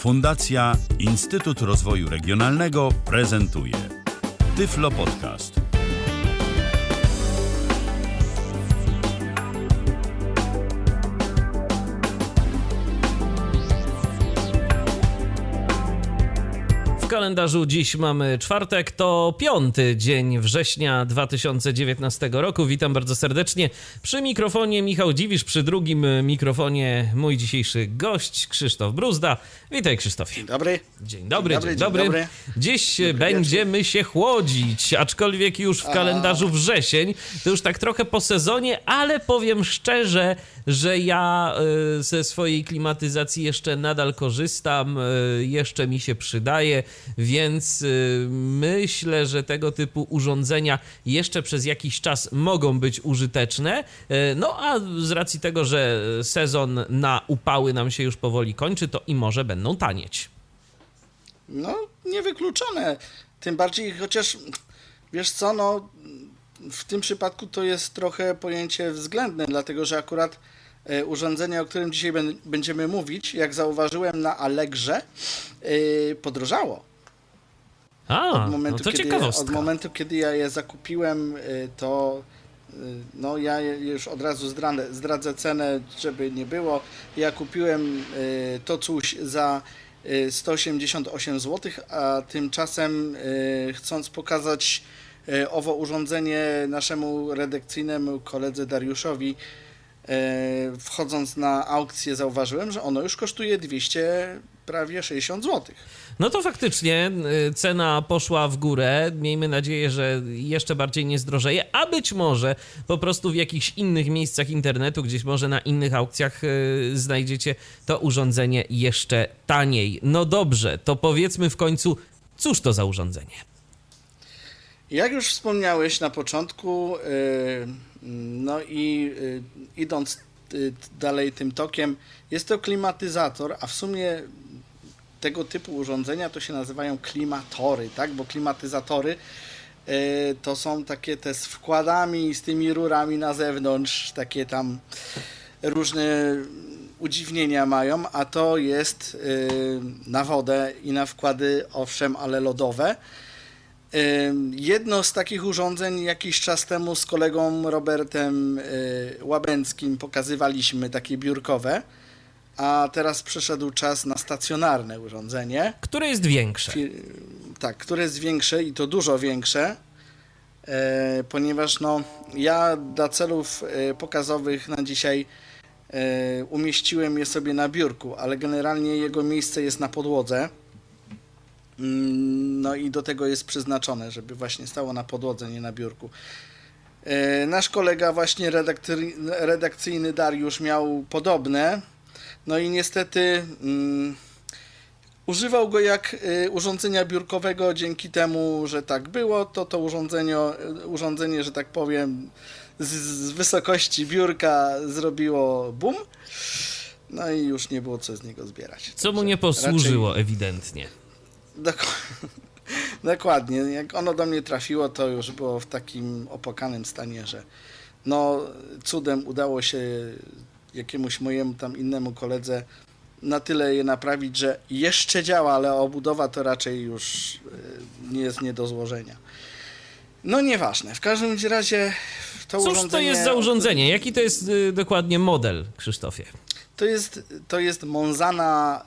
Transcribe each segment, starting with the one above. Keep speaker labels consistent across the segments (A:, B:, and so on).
A: Fundacja Instytut Rozwoju Regionalnego prezentuje Tyflo Podcast.
B: W kalendarzu dziś mamy czwartek, to 5 dzień września 2019 roku. Witam bardzo serdecznie. Przy mikrofonie Michał Dziwisz, przy drugim mikrofonie mój dzisiejszy gość Krzysztof Bruzda. Witaj, Krzysztofie.
C: Dzień dobry.
B: Dzień dobry.
C: Dzień dobry.
B: Dziś będziemy się chłodzić, aczkolwiek już w kalendarzu wrzesień. To już tak trochę po sezonie, ale powiem szczerze, że ja ze swojej klimatyzacji jeszcze nadal korzystam, jeszcze mi się przydaje, więc myślę, że tego typu urządzenia jeszcze przez jakiś czas mogą być użyteczne. No a z racji tego, że sezon na upały nam się już powoli kończy, to i może będą tanieć.
C: No, niewykluczone. Tym bardziej, chociaż wiesz co, no w tym przypadku to jest trochę pojęcie względne, dlatego że akurat urządzenie, o którym dzisiaj będziemy mówić, jak zauważyłem na Allegrze, podrożało. Od momentu, kiedy ja je zakupiłem, to no ja już od razu zdradzę cenę, żeby nie było. Ja kupiłem to coś za 188 zł, a tymczasem chcąc pokazać owo urządzenie naszemu redakcyjnemu koledze Dariuszowi, wchodząc na aukcję, zauważyłem, że ono już kosztuje prawie 60 zł.
B: No to faktycznie cena poszła w górę. Miejmy nadzieję, że jeszcze bardziej nie zdrożeje, a być może po prostu w jakichś innych miejscach internetu, gdzieś może na innych aukcjach znajdziecie to urządzenie jeszcze taniej. No dobrze, to powiedzmy w końcu, cóż to za urządzenie?
C: Jak już wspomniałeś na początku, no i idąc dalej tym tokiem, jest to klimatyzator, a w sumie tego typu urządzenia to się nazywają klimatory, tak? Bo klimatyzatory to są takie te z wkładami, z tymi rurami na zewnątrz, takie tam różne udziwnienia mają, a to jest na wodę i na wkłady, owszem, ale lodowe. Jedno z takich urządzeń jakiś czas temu z kolegą Robertem Łabęckim pokazywaliśmy, takie biurkowe, a teraz przyszedł czas na stacjonarne urządzenie.
B: Które jest większe.
C: Tak, które jest większe i to dużo większe, ponieważ no, ja dla celów pokazowych na dzisiaj umieściłem je sobie na biurku, ale generalnie jego miejsce jest na podłodze. No i do tego jest przeznaczone, żeby właśnie stało na podłodze, nie na biurku. Nasz kolega właśnie redakcyjny Dariusz miał podobne, no i niestety używał go jak urządzenia biurkowego, dzięki temu, że tak było, to urządzenie, że tak powiem, z wysokości biurka zrobiło bum, no i już nie było co z niego zbierać.
B: Co mu nie posłużyło ewidentnie.
C: Dokładnie. Jak ono do mnie trafiło, to już było w takim opłakanym stanie, że no cudem udało się jakiemuś mojemu tam innemu koledze na tyle je naprawić, że jeszcze działa, ale obudowa to raczej już nie jest nie do złożenia. No nieważne. W każdym razie to urządzenie...
B: Cóż to jest za urządzenie? Jaki to jest dokładnie model, Krzysztofie?
C: To jest Monzana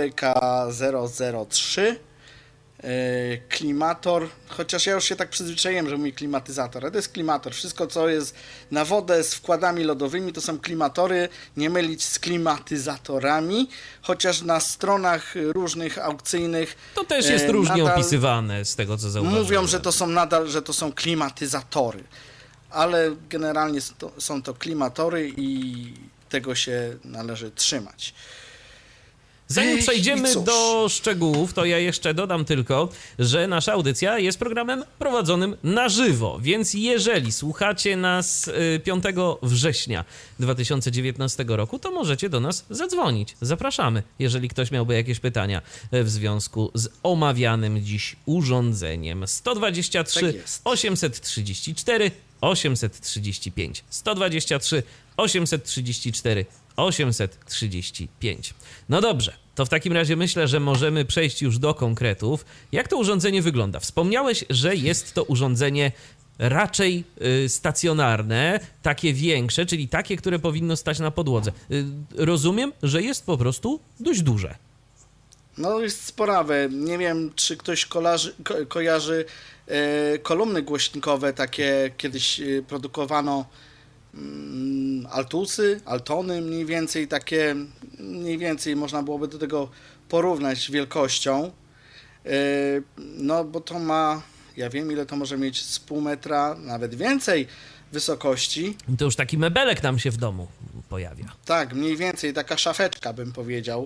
C: DBK003 klimator, chociaż ja już się tak przyzwyczaiłem, że mówi klimatyzator, ale to jest klimator. Wszystko, co jest na wodę z wkładami lodowymi, to są klimatory, nie mylić z klimatyzatorami, chociaż na stronach różnych aukcyjnych
B: to też jest różnie opisywane z tego, co zauważyłem.
C: Mówią, że to są klimatyzatory, ale generalnie są to klimatory i tego się należy trzymać.
B: Zanim przejdziemy do szczegółów, to ja jeszcze dodam tylko, że nasza audycja jest programem prowadzonym na żywo, więc jeżeli słuchacie nas 5 września 2019 roku, to możecie do nas zadzwonić. Zapraszamy, jeżeli ktoś miałby jakieś pytania w związku z omawianym dziś urządzeniem. 123 834 835 123 834 835. No dobrze, to w takim razie myślę, że możemy przejść już do konkretów. Jak to urządzenie wygląda? Wspomniałeś, że jest to urządzenie raczej stacjonarne, takie większe, czyli takie, które powinno stać na podłodze. Rozumiem, że jest po prostu dość duże.
C: No jest sporawe. Nie wiem, czy ktoś kojarzy kolumny głośnikowe, takie kiedyś produkowano altusy, altony mniej więcej, takie mniej więcej można byłoby do tego porównać wielkością. No bo to ma, ja wiem ile to może mieć, z pół metra, nawet więcej wysokości.
B: To już taki mebelek nam się w domu pojawia.
C: Tak, mniej więcej taka szafeczka bym powiedział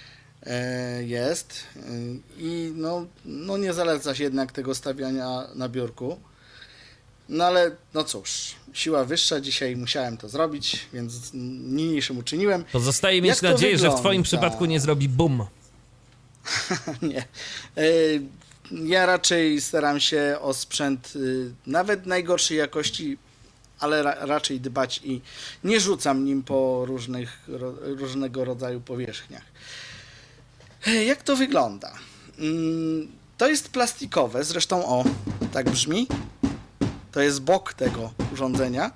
C: jest i no nie zaleca się jednak tego stawiania na biurku. No ale no cóż, siła wyższa, dzisiaj musiałem to zrobić, więc niniejszym uczyniłem.
B: Pozostaje mieć nadzieję, że w twoim przypadku nie zrobi bum.
C: Nie. Ja raczej staram się o sprzęt nawet najgorszej jakości, ale raczej dbać i nie rzucam nim po różnego rodzaju powierzchniach. Jak to wygląda? To jest plastikowe, zresztą tak brzmi. To jest bok tego urządzenia.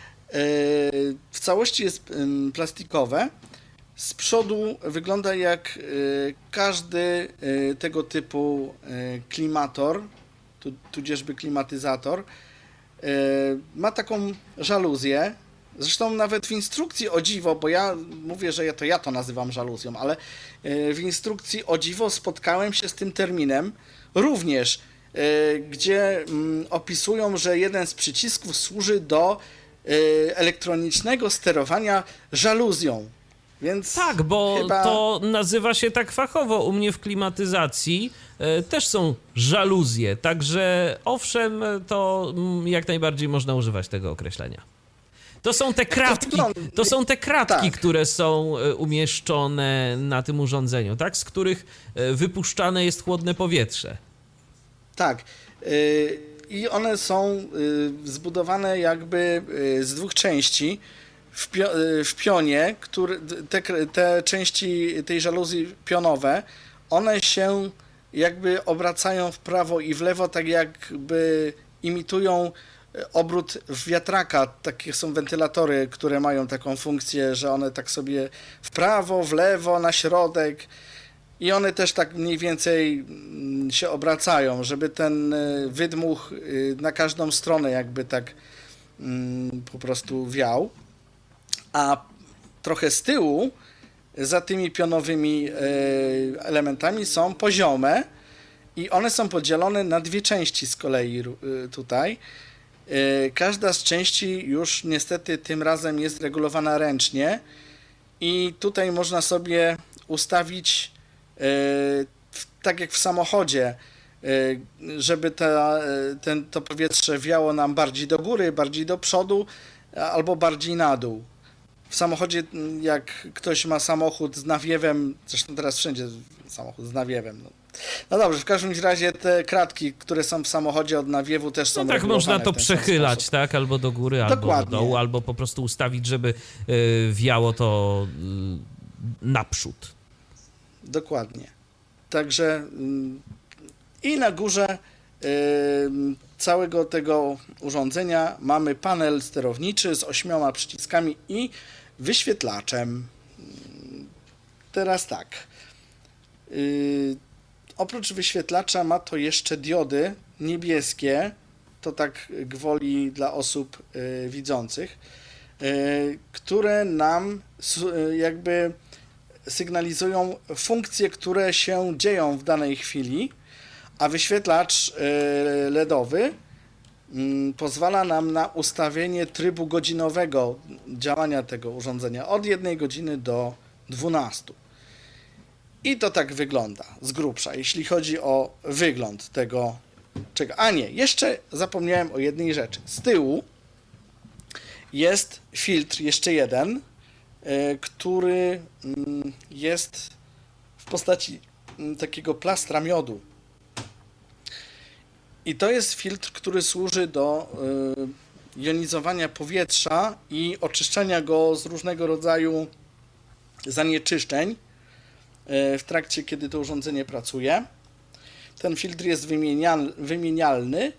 C: W całości jest plastikowe. Z przodu wygląda jak każdy tego typu klimator, tudzieżby klimatyzator. Ma taką żaluzję. Zresztą nawet w instrukcji, o dziwo, bo ja mówię, że ja to nazywam żaluzją, ale w instrukcji, o dziwo, spotkałem się z tym terminem również, gdzie opisują, że jeden z przycisków służy do elektronicznego sterowania żaluzją. Więc
B: tak, bo to nazywa się tak fachowo. U mnie w klimatyzacji też są żaluzje, także owszem, to jak najbardziej można używać tego określenia. To są te kratki,
C: tak,
B: które są umieszczone na tym urządzeniu, tak? Z których wypuszczane jest chłodne powietrze. Tak.
C: I one są zbudowane jakby z dwóch części. W pionie, te części tej żaluzji pionowe, one się jakby obracają w prawo i w lewo, tak jakby imitują obrót wiatraka. Takie są wentylatory, które mają taką funkcję, że one tak sobie w prawo, w lewo, na środek i one też tak mniej więcej się obracają, żeby ten wydmuch na każdą stronę jakby tak po prostu wiał. A trochę z tyłu, za tymi pionowymi elementami są poziome i one są podzielone na dwie części z kolei tutaj. Każda z części już niestety tym razem jest regulowana ręcznie i tutaj można sobie ustawić tak jak w samochodzie, żeby to powietrze wiało nam bardziej do góry, bardziej do przodu albo bardziej na dół. W samochodzie, jak ktoś ma samochód z nawiewem, zresztą teraz wszędzie samochód z nawiewem. No dobrze, w każdym razie te kratki, które są w samochodzie od nawiewu też są
B: tak można to przechylać, tak? Albo do góry, albo do dołu, albo po prostu ustawić, żeby wiało to naprzód.
C: Dokładnie. Także i na górze całego tego urządzenia mamy panel sterowniczy z 8 przyciskami i wyświetlaczem. Teraz tak. Oprócz wyświetlacza ma to jeszcze diody niebieskie, to tak gwoli dla osób widzących, które nam jakby sygnalizują funkcje, które się dzieją w danej chwili, a wyświetlacz LEDowy pozwala nam na ustawienie trybu godzinowego działania tego urządzenia od 1 godziny do 12. I to tak wygląda z grubsza, jeśli chodzi o wygląd tego czego. A nie, jeszcze zapomniałem o jednej rzeczy. Z tyłu jest filtr, jeszcze jeden, który jest w postaci takiego plastra miodu. I to jest filtr, który służy do jonizowania powietrza i oczyszczania go z różnego rodzaju zanieczyszczeń w trakcie, kiedy to urządzenie pracuje. Ten filtr jest wymienialny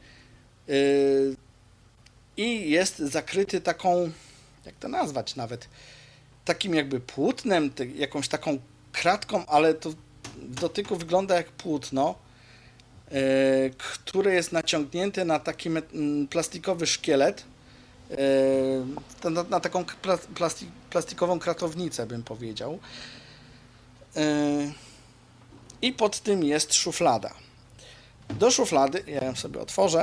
C: i jest zakryty taką, jak to nazwać nawet, takim jakby płótnem, jakąś taką kratką, ale to w dotyku wygląda jak płótno, które jest naciągnięte na taki plastikowy szkielet, na taką plastikową kratownicę, bym powiedział. I pod tym jest szuflada. Do szuflady, ja ją sobie otworzę.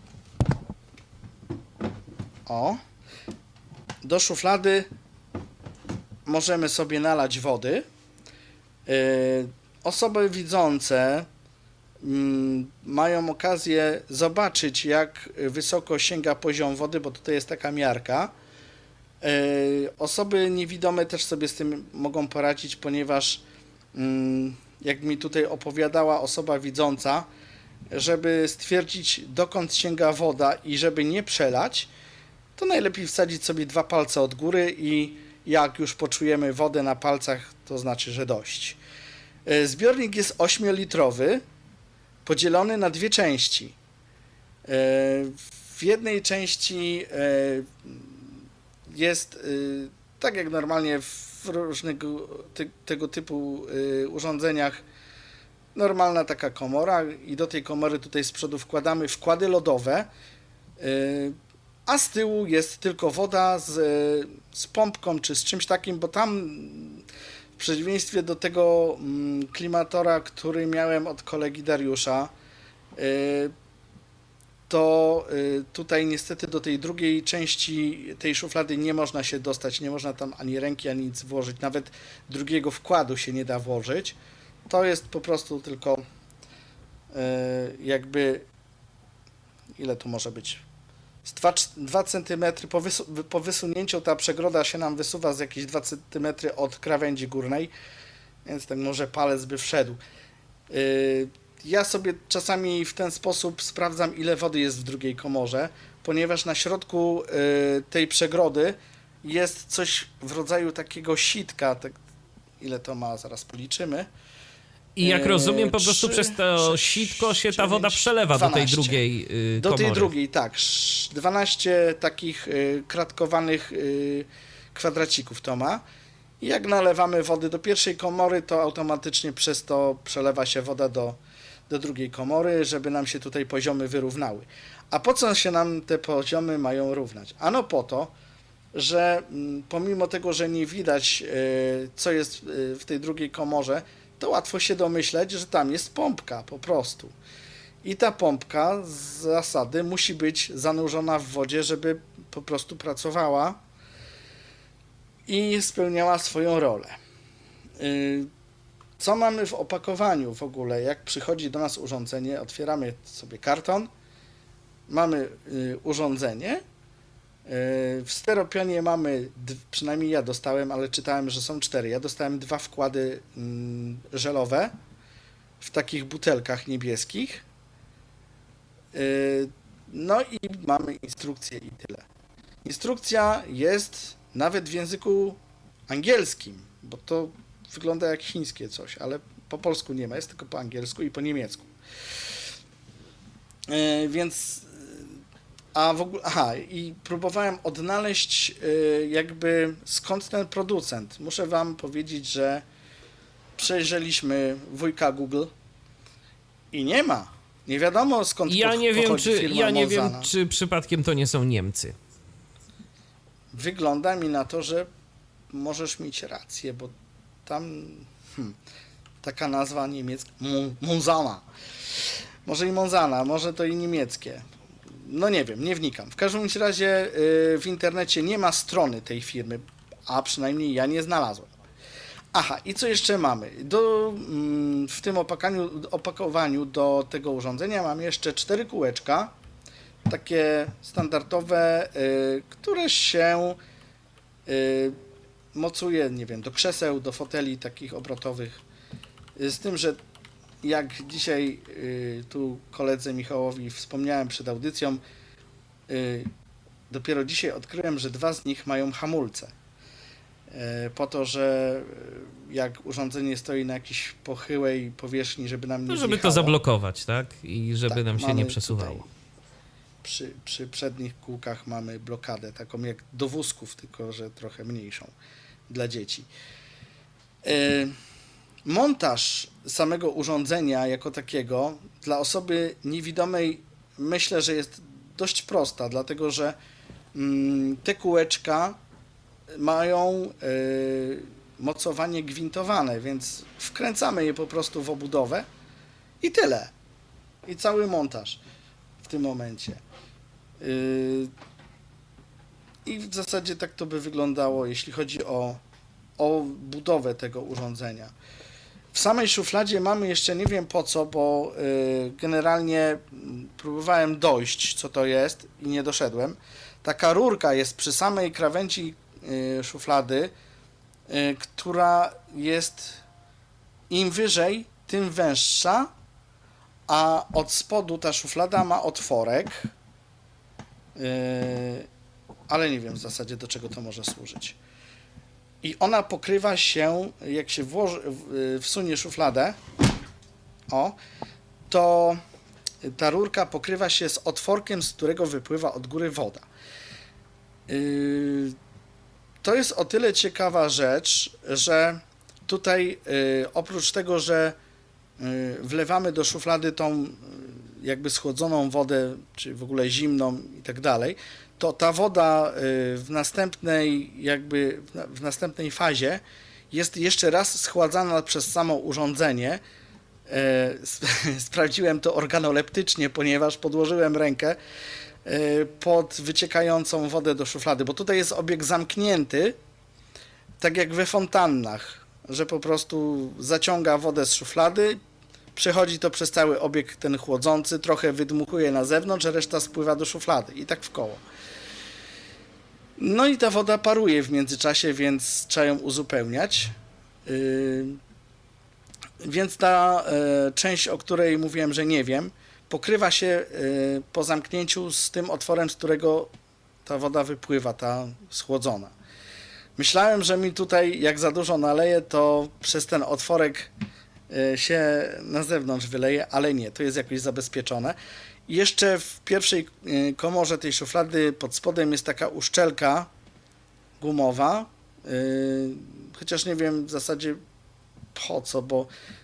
C: O. Do szuflady możemy sobie nalać wody. Osoby widzące mają okazję zobaczyć, jak wysoko sięga poziom wody, bo tutaj jest taka miarka. Osoby niewidome też sobie z tym mogą poradzić, ponieważ jak mi tutaj opowiadała osoba widząca, żeby stwierdzić, dokąd sięga woda i żeby nie przelać, to najlepiej wsadzić sobie 2 palce od góry i jak już poczujemy wodę na palcach, to znaczy, że dość. Zbiornik jest 8-litrowy, podzielony na 2 części. W jednej części jest, tak jak normalnie w różnego tego typu urządzeniach, normalna taka komora i do tej komory tutaj z przodu wkładamy wkłady lodowe, a z tyłu jest tylko woda z pompką czy z czymś takim, bo tam w przeciwieństwie do tego klimatora, który miałem od kolegi Dariusza, to tutaj niestety do tej drugiej części tej szuflady nie można się dostać, nie można tam ani ręki, ani nic włożyć, nawet drugiego wkładu się nie da włożyć. To jest po prostu tylko jakby, ile tu może być? Z 2 cm po wysunięciu ta przegroda się nam wysuwa z jakieś 2 cm od krawędzi górnej, więc tak może palec by wszedł. Ja sobie czasami w ten sposób sprawdzam, ile wody jest w drugiej komorze, ponieważ na środku tej przegrody jest coś w rodzaju takiego sitka. Tak, ile to ma? Zaraz policzymy.
B: I jak rozumiem, po prostu przez to sitko się ta woda przelewa 12, do tej drugiej komory.
C: Do tej drugiej, tak. 12 takich kratkowanych kwadracików to ma. I jak nalewamy wody do pierwszej komory, to automatycznie przez to przelewa się woda do drugiej komory, żeby nam się tutaj poziomy wyrównały. A po co się nam te poziomy mają równać? Ano po to, że pomimo tego, że nie widać, co jest w tej drugiej komorze, to łatwo się domyśleć, że tam jest pompka po prostu. I ta pompka z zasady musi być zanurzona w wodzie, żeby po prostu pracowała i spełniała swoją rolę. Co mamy w opakowaniu w ogóle? Jak przychodzi do nas urządzenie, otwieramy sobie karton, mamy urządzenie. W steropionie mamy, przynajmniej ja dostałem, ale czytałem, że są 4. Ja dostałem 2 wkłady żelowe w takich butelkach niebieskich. No i mamy instrukcję i tyle. Instrukcja jest nawet w języku angielskim, bo to wygląda jak chińskie coś, ale po polsku nie ma, jest tylko po angielsku i po niemiecku. Więc w ogóle, i próbowałem odnaleźć jakby skąd ten producent. Muszę wam powiedzieć, że przejrzeliśmy wujka Google i nie ma. Nie wiadomo skąd pochodzi firma
B: Ja nie
C: Monzana.
B: wiem, czy przypadkiem to nie są Niemcy.
C: Wygląda mi na to, że możesz mieć rację, bo tam taka nazwa niemiecka, Monzana. Może i Monzana, może to i niemieckie. No nie wiem, nie wnikam. W każdym razie w internecie nie ma strony tej firmy, a przynajmniej ja nie znalazłem. I co jeszcze mamy? W tym opakowaniu do tego urządzenia mam jeszcze 4 kółeczka, takie standardowe, które się mocuje, nie wiem, do krzeseł, do foteli takich obrotowych. Z tym, że jak dzisiaj tu koledze Michałowi wspomniałem przed audycją, dopiero dzisiaj odkryłem, że 2 z nich mają hamulce. po to, że jak urządzenie stoi na jakiejś pochyłej powierzchni, żeby nam nie
B: żeby
C: zjechało.
B: to zablokować, tak? I żeby
C: Tak,
B: nam się
C: mamy
B: nie przesuwało.
C: Przy przednich kółkach mamy blokadę, taką jak do wózków, tylko że trochę mniejszą dla dzieci. Montaż samego urządzenia jako takiego dla osoby niewidomej myślę, że jest dość prosta, dlatego że te kółeczka mają mocowanie gwintowane, więc wkręcamy je po prostu w obudowę i tyle. I cały montaż w tym momencie. I w zasadzie tak to by wyglądało, jeśli chodzi o budowę tego urządzenia. W samej szufladzie mamy jeszcze, nie wiem po co, bo generalnie próbowałem dojść, co to jest i nie doszedłem. Taka rurka jest przy samej krawędzi szuflady, która jest im wyżej, tym węższa, a od spodu ta szuflada ma otworek, ale nie wiem w zasadzie, do czego to może służyć. I ona pokrywa się, jak się wsunie szufladę, to ta rurka pokrywa się z otworkiem, z którego wypływa od góry woda. To jest o tyle ciekawa rzecz, że tutaj oprócz tego, że wlewamy do szuflady tą jakby schłodzoną wodę, czy w ogóle zimną i tak dalej, to ta woda w następnej fazie jest jeszcze raz schładzana przez samo urządzenie. Sprawdziłem to organoleptycznie, ponieważ podłożyłem rękę pod wyciekającą wodę do szuflady, bo tutaj jest obieg zamknięty, tak jak we fontannach, że po prostu zaciąga wodę z szuflady, przechodzi to przez cały obieg ten chłodzący, trochę wydmuchuje na zewnątrz, a reszta spływa do szuflady i tak w koło. No i ta woda paruje w międzyczasie, więc trzeba ją uzupełniać. Więc ta część, o której mówiłem, że nie wiem, pokrywa się po zamknięciu z tym otworem, z którego ta woda wypływa, ta schłodzona. Myślałem, że mi tutaj jak za dużo naleje, to przez ten otworek się na zewnątrz wyleje, ale nie, to jest jakoś zabezpieczone. I jeszcze w pierwszej komorze tej szuflady pod spodem jest taka uszczelka gumowa, chociaż nie wiem w zasadzie po co, bo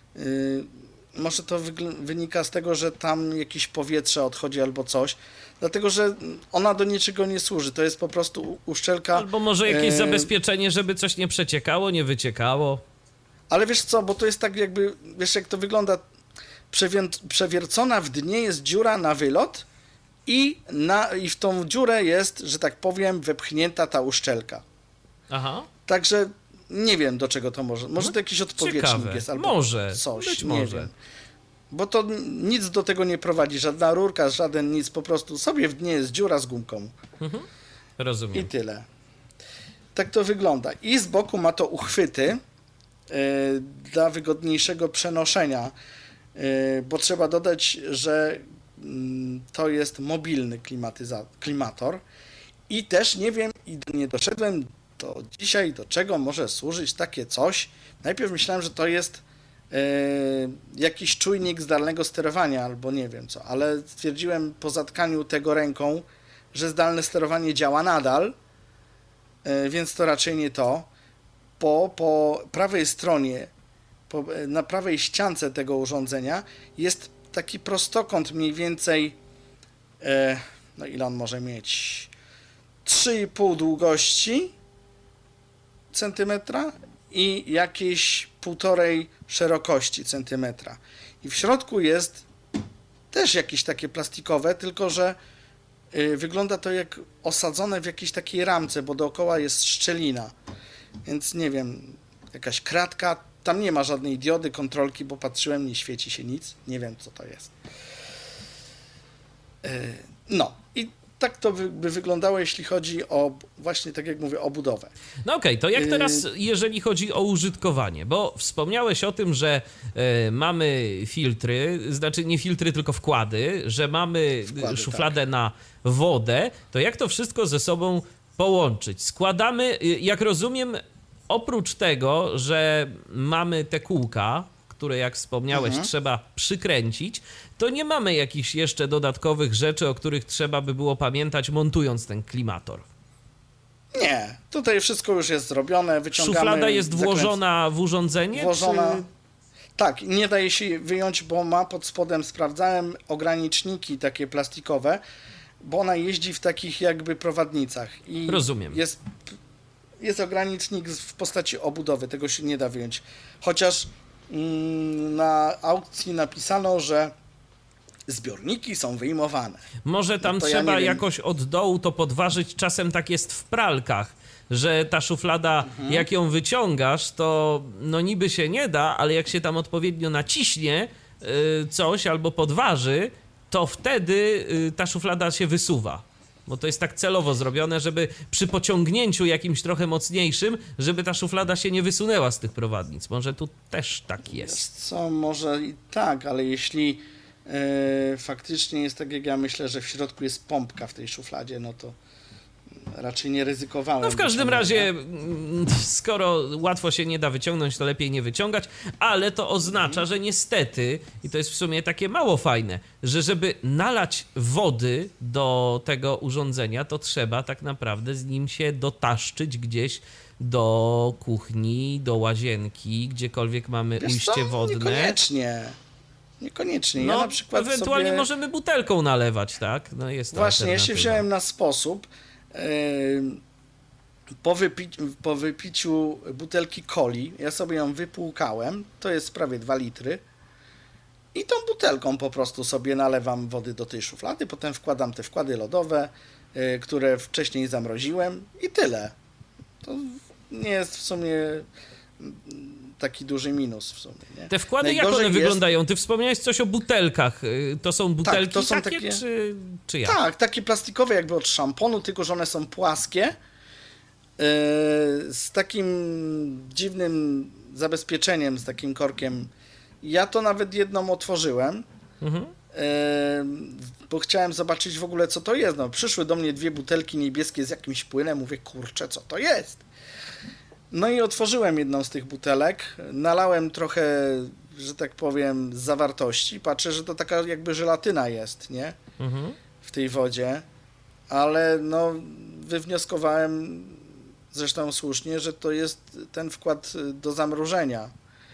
C: może to wynika z tego, że tam jakieś powietrze odchodzi albo coś, dlatego że ona do niczego nie służy, to jest po prostu uszczelka.
B: Albo może jakieś zabezpieczenie, żeby coś nie przeciekało, nie wyciekało.
C: Ale wiesz co, bo to jest tak jakby, wiesz jak to wygląda, przewiercona w dnie jest dziura na wylot i w tą dziurę jest, że tak powiem, wepchnięta ta uszczelka.
B: Aha.
C: Także nie wiem, do czego to może. Może to jakiś odpowietrznik
B: Ciekawe.
C: jest albo
B: może.
C: coś,
B: Być
C: nie
B: może.
C: wiem. Bo to nic do tego nie prowadzi, żadna rurka, żaden nic, po prostu sobie w dnie jest dziura z gumką.
B: Rozumiem.
C: I tyle. Tak to wygląda. I z boku ma to uchwyty dla wygodniejszego przenoszenia, bo trzeba dodać, że to jest mobilny klimator i też nie wiem i nie doszedłem do dzisiaj, do czego może służyć takie coś. Najpierw myślałem, że to jest jakiś czujnik zdalnego sterowania albo nie wiem co, ale stwierdziłem po zatkaniu tego ręką, że zdalne sterowanie działa nadal, więc to raczej nie to. Po prawej stronie, na prawej ściance tego urządzenia jest taki prostokąt mniej więcej, no ile on może mieć, 3,5 długości centymetra i jakieś 1,5 szerokości centymetra. I w środku jest też jakieś takie plastikowe, tylko że wygląda to jak osadzone w jakiejś takiej ramce, bo dookoła jest szczelina. Więc nie wiem, jakaś kratka, tam nie ma żadnej diody, kontrolki, bo patrzyłem, nie świeci się nic, nie wiem co to jest. No i tak to by wyglądało, jeśli chodzi o właśnie, tak jak mówię, o budowę.
B: No okej, to jak teraz, jeżeli chodzi o użytkowanie, bo wspomniałeś o tym, że mamy filtry, znaczy nie filtry, tylko wkłady, że mamy szufladę tak. na wodę, to jak to wszystko ze sobą połączyć? Składamy, jak rozumiem, oprócz tego, że mamy te kółka, które jak wspomniałeś trzeba przykręcić, to nie mamy jakichś jeszcze dodatkowych rzeczy, o których trzeba by było pamiętać, montując ten klimator.
C: Nie, tutaj wszystko już jest zrobione, wyciągamy...
B: Szuflada jest włożona w urządzenie?
C: Włożona...
B: Czy...
C: Tak, nie daje się wyjąć, bo ma pod spodem, sprawdzałem, ograniczniki takie plastikowe, bo ona jeździ w takich jakby prowadnicach. I
B: rozumiem.
C: Jest ogranicznik w postaci obudowy, tego się nie da wyjąć. Chociaż na aukcji napisano, że zbiorniki są wyjmowane.
B: Może tam
C: to
B: trzeba
C: ja
B: jakoś od dołu to podważyć, czasem tak jest w pralkach, że ta szuflada, jak ją wyciągasz, to no niby się nie da, ale jak się tam odpowiednio naciśnie coś albo podważy, to wtedy ta szuflada się wysuwa. Bo to jest tak celowo zrobione, żeby przy pociągnięciu jakimś trochę mocniejszym, żeby ta szuflada się nie wysunęła z tych prowadnic. Może tu też tak jest.
C: Co, może i tak, ale jeśli faktycznie jest tak, jak ja myślę, że w środku jest pompka w tej szufladzie, no to raczej nie ryzykowałem.
B: No w każdym razie, skoro łatwo się nie da wyciągnąć, to lepiej nie wyciągać, ale to oznacza, że niestety, i to jest w sumie takie mało fajne, że żeby nalać wody do tego urządzenia, to trzeba tak naprawdę z nim się dotaszczyć gdzieś do kuchni, do łazienki, gdziekolwiek mamy ujście wodne.
C: Niekoniecznie.
B: No,
C: Ja na przykład
B: ewentualnie
C: sobie...
B: możemy butelką nalewać, tak? No jest to
C: Właśnie, ja się
B: alternatywa.
C: wziąłem na sposób, po wypiciu butelki coli, ja sobie ją wypłukałem, to jest prawie 2 litry, i tą butelką po prostu sobie nalewam wody do tej szuflady, potem wkładam te wkłady lodowe, które wcześniej zamroziłem, i tyle. To nie jest w sumie taki duży minus w sumie. Nie?
B: Te wkłady, jak one wyglądają? Ty wspomniałeś coś o butelkach. To są butelki
C: to są
B: takie, czy jak?
C: Tak, takie plastikowe jakby od szamponu, tylko że one są płaskie, z takim dziwnym zabezpieczeniem, z takim korkiem. Ja to nawet jedną otworzyłem, bo chciałem zobaczyć w ogóle, co to jest. No, przyszły do mnie 2 butelki niebieskie z jakimś płynem, mówię, kurczę, co to jest? No i otworzyłem jedną z tych butelek, nalałem trochę, że tak powiem, z zawartości. Patrzę, że to taka jakby żelatyna jest, nie? W tej wodzie, ale no wywnioskowałem, zresztą słusznie, że to jest ten wkład do zamrożenia.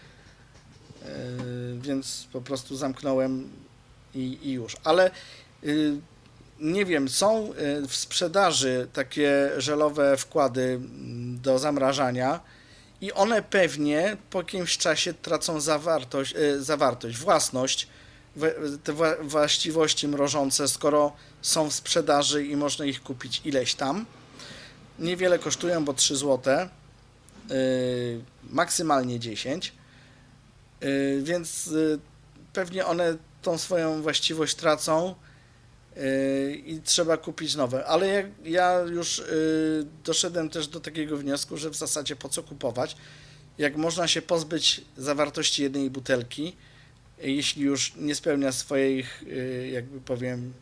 C: Więc po prostu zamknąłem i już. Ale nie wiem, są w sprzedaży takie żelowe wkłady do zamrażania i one pewnie po jakimś czasie tracą własność, te właściwości mrożące, skoro są w sprzedaży i można ich kupić ileś tam. Niewiele kosztują, bo 3 zł, maksymalnie 10, więc pewnie one tą swoją właściwość tracą i trzeba kupić nowe. Ale ja już doszedłem też do takiego wniosku, że w zasadzie po co kupować, jak można się pozbyć zawartości jednej butelki, jeśli już nie spełnia swoich, jakby powiem,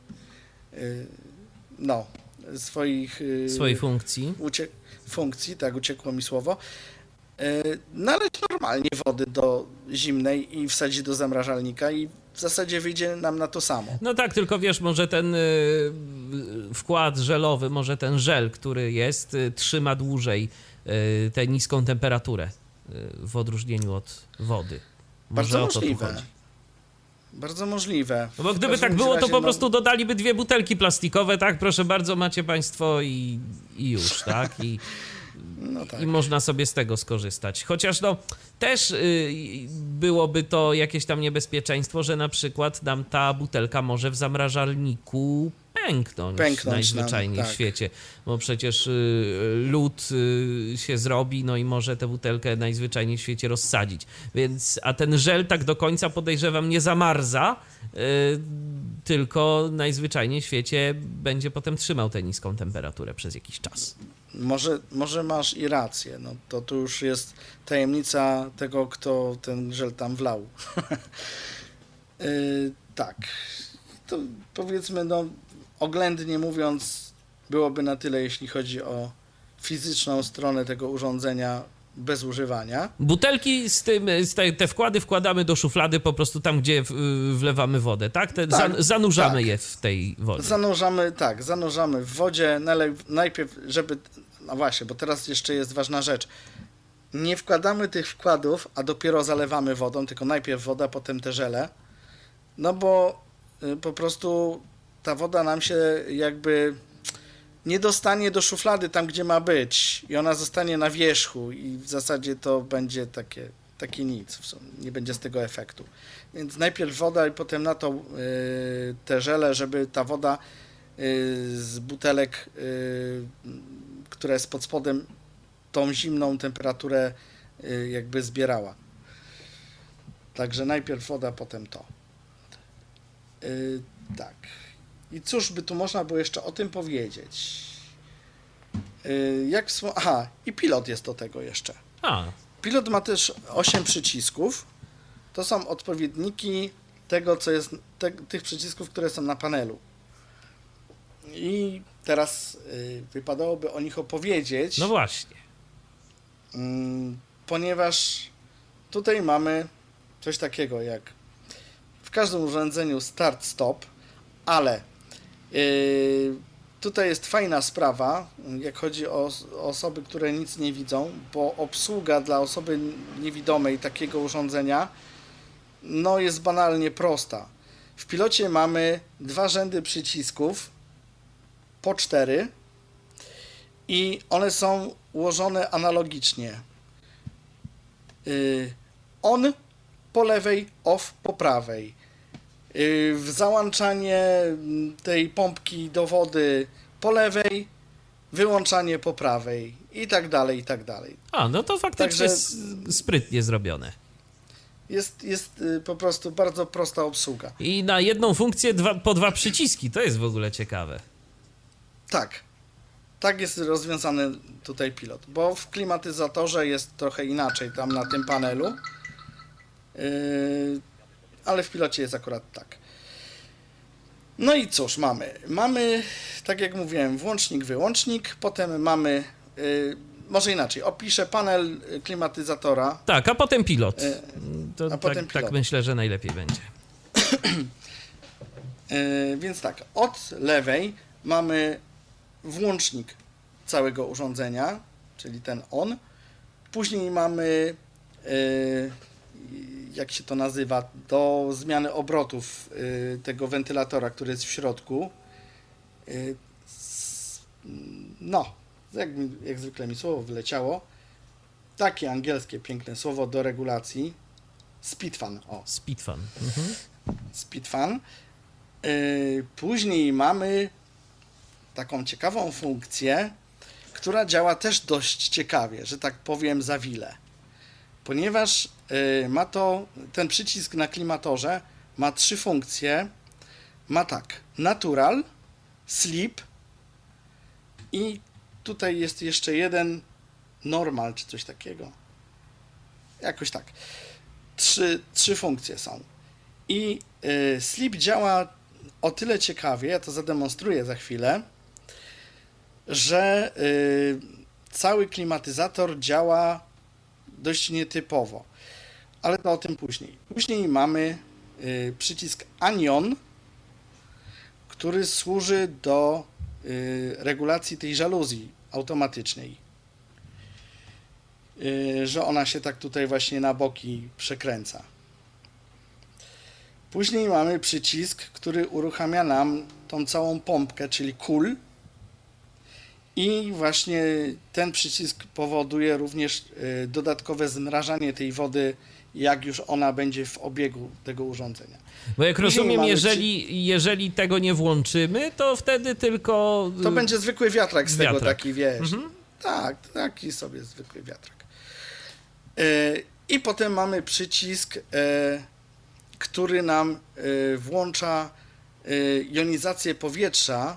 B: swojej funkcji.
C: Funkcji, tak, uciekło mi słowo. Naleć normalnie wody do zimnej i wsadzić do zamrażalnika i w zasadzie wyjdzie nam na to samo.
B: No tak, tylko wiesz, może ten wkład żelowy, może ten żel, który jest, trzyma dłużej tę niską temperaturę w odróżnieniu od wody. Może
C: Bardzo
B: o to
C: możliwe.
B: tu chodzi.
C: Bardzo możliwe.
B: No bo gdyby tak było, to po prostu dodaliby 2 butelki plastikowe, tak? Proszę bardzo, macie państwo i już, tak?
C: No tak.
B: I można sobie z tego skorzystać. Chociaż no też byłoby to jakieś tam niebezpieczeństwo, że na przykład nam ta butelka może w zamrażalniku pęknąć najzwyczajniej w świecie, bo przecież lód się zrobi, no i może tę butelkę najzwyczajniej w świecie rozsadzić. Więc, a ten żel tak do końca, podejrzewam, nie zamarza, tylko najzwyczajniej w świecie będzie potem trzymał tę niską temperaturę przez jakiś czas.
C: Może masz i rację, no to tu już jest tajemnica tego, kto ten żel tam wlał. Tak, to powiedzmy, no oględnie mówiąc, byłoby na tyle, jeśli chodzi o fizyczną stronę tego urządzenia. bez używania.
B: Butelki te wkłady wkładamy do szuflady po prostu tam, gdzie wlewamy wodę, tak? Zanurzamy je w tej wodzie.
C: Zanurzamy w wodzie. Najpierw, żeby... No właśnie, bo teraz jeszcze jest ważna rzecz. Nie wkładamy tych wkładów, a dopiero zalewamy wodą, tylko najpierw woda, potem te żele. No bo po prostu ta woda nam się jakby nie dostanie do szuflady tam, gdzie ma być i ona zostanie na wierzchu i w zasadzie to będzie takie nic, nie będzie z tego efektu. Więc najpierw woda i potem na to te żele, żeby ta woda z butelek, która jest pod spodem, tą zimną temperaturę jakby zbierała. Także najpierw woda, potem to. Tak. I cóż by tu można było jeszcze o tym powiedzieć? I pilot jest do tego jeszcze. Pilot ma też 8 przycisków. To są odpowiedniki tego, co jest, tych przycisków, które są na panelu. I teraz wypadałoby o nich opowiedzieć.
B: No właśnie.
C: Ponieważ tutaj mamy coś takiego jak w każdym urządzeniu start-stop, ale tutaj jest fajna sprawa, jak chodzi o osoby, które nic nie widzą, bo obsługa dla osoby niewidomej takiego urządzenia no jest banalnie prosta. W pilocie mamy 2 rzędy przycisków, po 4 i one są ułożone analogicznie. On po lewej, off po prawej. Załączanie tej pompki do wody po lewej, wyłączanie po prawej i tak dalej, i tak dalej.
B: No to faktycznie jest sprytnie zrobione.
C: Jest po prostu bardzo prosta obsługa.
B: I na jedną funkcję po 2 przyciski, to jest w ogóle ciekawe.
C: Tak jest rozwiązany tutaj pilot, bo w klimatyzatorze jest trochę inaczej tam na tym panelu, ale w pilocie jest akurat tak. No i cóż mamy, tak jak mówiłem, włącznik, wyłącznik, potem mamy, może inaczej, opiszę panel klimatyzatora.
B: Tak, a potem pilot.
C: Potem pilot.
B: Tak myślę, że najlepiej będzie.
C: Więc tak, od lewej mamy włącznik całego urządzenia, czyli ten on. Później mamy, jak się to nazywa, do zmiany obrotów tego wentylatora, który jest w środku. No, jak zwykle mi słowo wyleciało. Takie angielskie piękne słowo do regulacji. Speedfan.
B: Speedfan.
C: Speedfan. Później mamy taką ciekawą funkcję, która działa też dość ciekawie, że tak powiem za wile. Ponieważ ten przycisk na klimatorze ma 3 funkcje. Ma tak, natural, sleep i tutaj jest jeszcze jeden normal, czy coś takiego. Jakoś tak. 3 funkcje są. I sleep działa o tyle ciekawie, ja to zademonstruję za chwilę, że cały klimatyzator działa dość nietypowo, ale to o tym później. Później mamy przycisk anion, który służy do regulacji tej żaluzji automatycznej, że ona się tak tutaj właśnie na boki przekręca. Później mamy przycisk, który uruchamia nam tą całą pompkę, czyli cool. I właśnie ten przycisk powoduje również dodatkowe zmrażanie tej wody, jak już ona będzie w obiegu tego urządzenia.
B: Bo jak rozumiem, jeżeli tego nie włączymy, to wtedy tylko...
C: To będzie zwykły wiatrak z tego, taki wiesz. Tak, taki sobie zwykły wiatrak. I potem mamy przycisk, który nam włącza jonizację powietrza.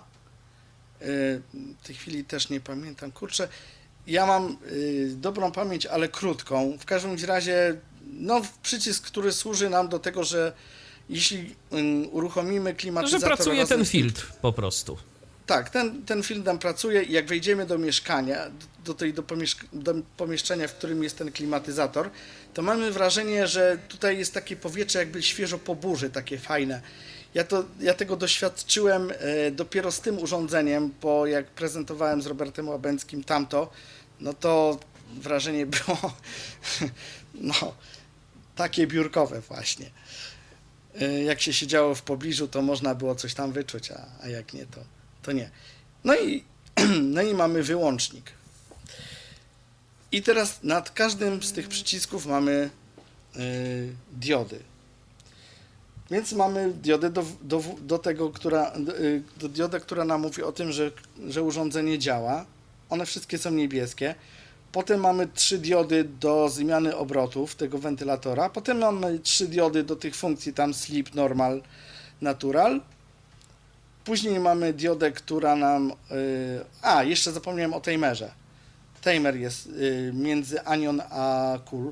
C: W tej chwili też nie pamiętam. Kurczę, ja mam dobrą pamięć, ale krótką. W każdym razie, przycisk, który służy nam do tego, że jeśli uruchomimy klimatyzator...
B: Że pracuje ten filtr po prostu.
C: Tak, ten film tam pracuje i jak wejdziemy do mieszkania, do pomieszczenia, w którym jest ten klimatyzator, to mamy wrażenie, że tutaj jest takie powietrze jakby świeżo po burzy, takie fajne. Ja tego doświadczyłem dopiero z tym urządzeniem, bo jak prezentowałem z Robertem Łabęckim tamto, no to wrażenie było no, takie biurkowe właśnie. Jak się siedziało w pobliżu, to można było coś tam wyczuć, a jak nie, to nie. No i mamy wyłącznik. I teraz nad każdym z tych przycisków mamy diody. Więc mamy diodę diodę, która nam mówi o tym, że urządzenie działa. One wszystkie są niebieskie. Potem mamy 3 diody do zmiany obrotów tego wentylatora. Potem mamy 3 diody do tych funkcji tam sleep, normal, natural. Później mamy diodę, która nam... jeszcze zapomniałem o timerze. Timer jest między anion a cool.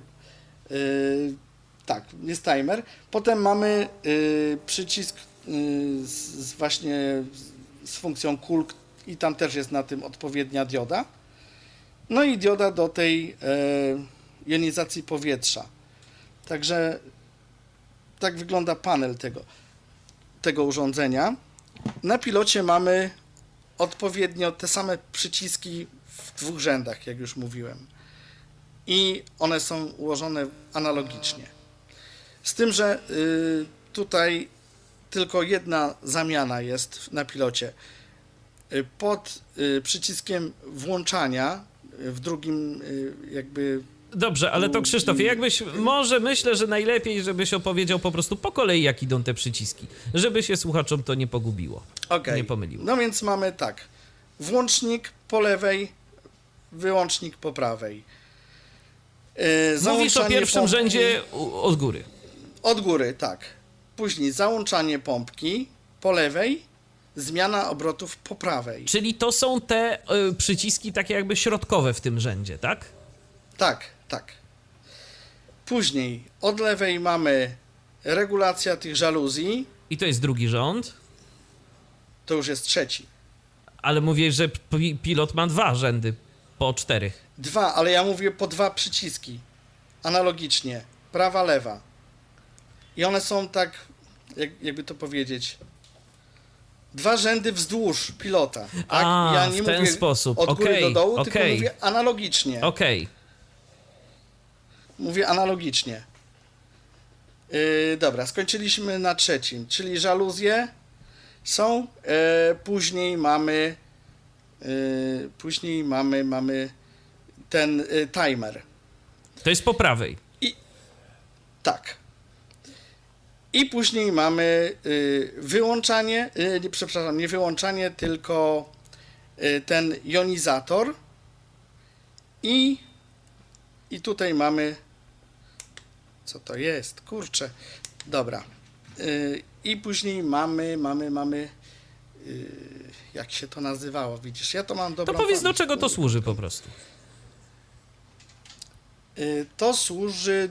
C: Tak, jest timer. Potem mamy przycisk właśnie z funkcją cool i tam też jest na tym odpowiednia dioda. No i dioda do tej jonizacji powietrza. Także tak wygląda panel tego urządzenia. Na pilocie mamy odpowiednio te same przyciski w 2 rzędach, jak już mówiłem. I one są ułożone analogicznie. Z tym, że tutaj tylko jedna zamiana jest na pilocie. Pod przyciskiem włączania w drugim jakby...
B: Dobrze, ale to Krzysztof, myślę, że najlepiej, żebyś opowiedział po prostu po kolei, jak idą te przyciski, żeby się słuchaczom to nie pogubiło, nie pomyliło.
C: No więc mamy tak, włącznik po lewej, wyłącznik po prawej.
B: Mówisz o pierwszym rzędzie od góry.
C: Od góry, tak. Później załączanie pompki po lewej, zmiana obrotów po prawej.
B: Czyli to są te przyciski takie jakby środkowe w tym rzędzie, tak?
C: Tak. Później od lewej mamy regulacja tych żaluzji.
B: I to jest drugi rząd?
C: To już jest trzeci.
B: Ale mówię, że pilot ma 2 rzędy po 4.
C: 2, ale ja mówię po 2 przyciski. Analogicznie. Prawa, lewa. I one są tak, jakby to powiedzieć, 2 rzędy wzdłuż pilota. Tak? Ja nie
B: w ten
C: mówię
B: sposób.
C: od góry do dołu, tylko mówię analogicznie.
B: Okej.
C: Mówię analogicznie. Dobra, skończyliśmy na trzecim, czyli żaluzje są. Później mamy ten timer.
B: To jest po prawej.
C: Tak. I później mamy wyłączanie, nie wyłączanie, tylko ten jonizator. I tutaj mamy... Co to jest? Kurczę. Dobra. I później mamy... Jak się to nazywało? Widzisz, ja to mam dobrą...
B: To powiedz,
C: pamięć.
B: do czego to służy po prostu.
C: To służy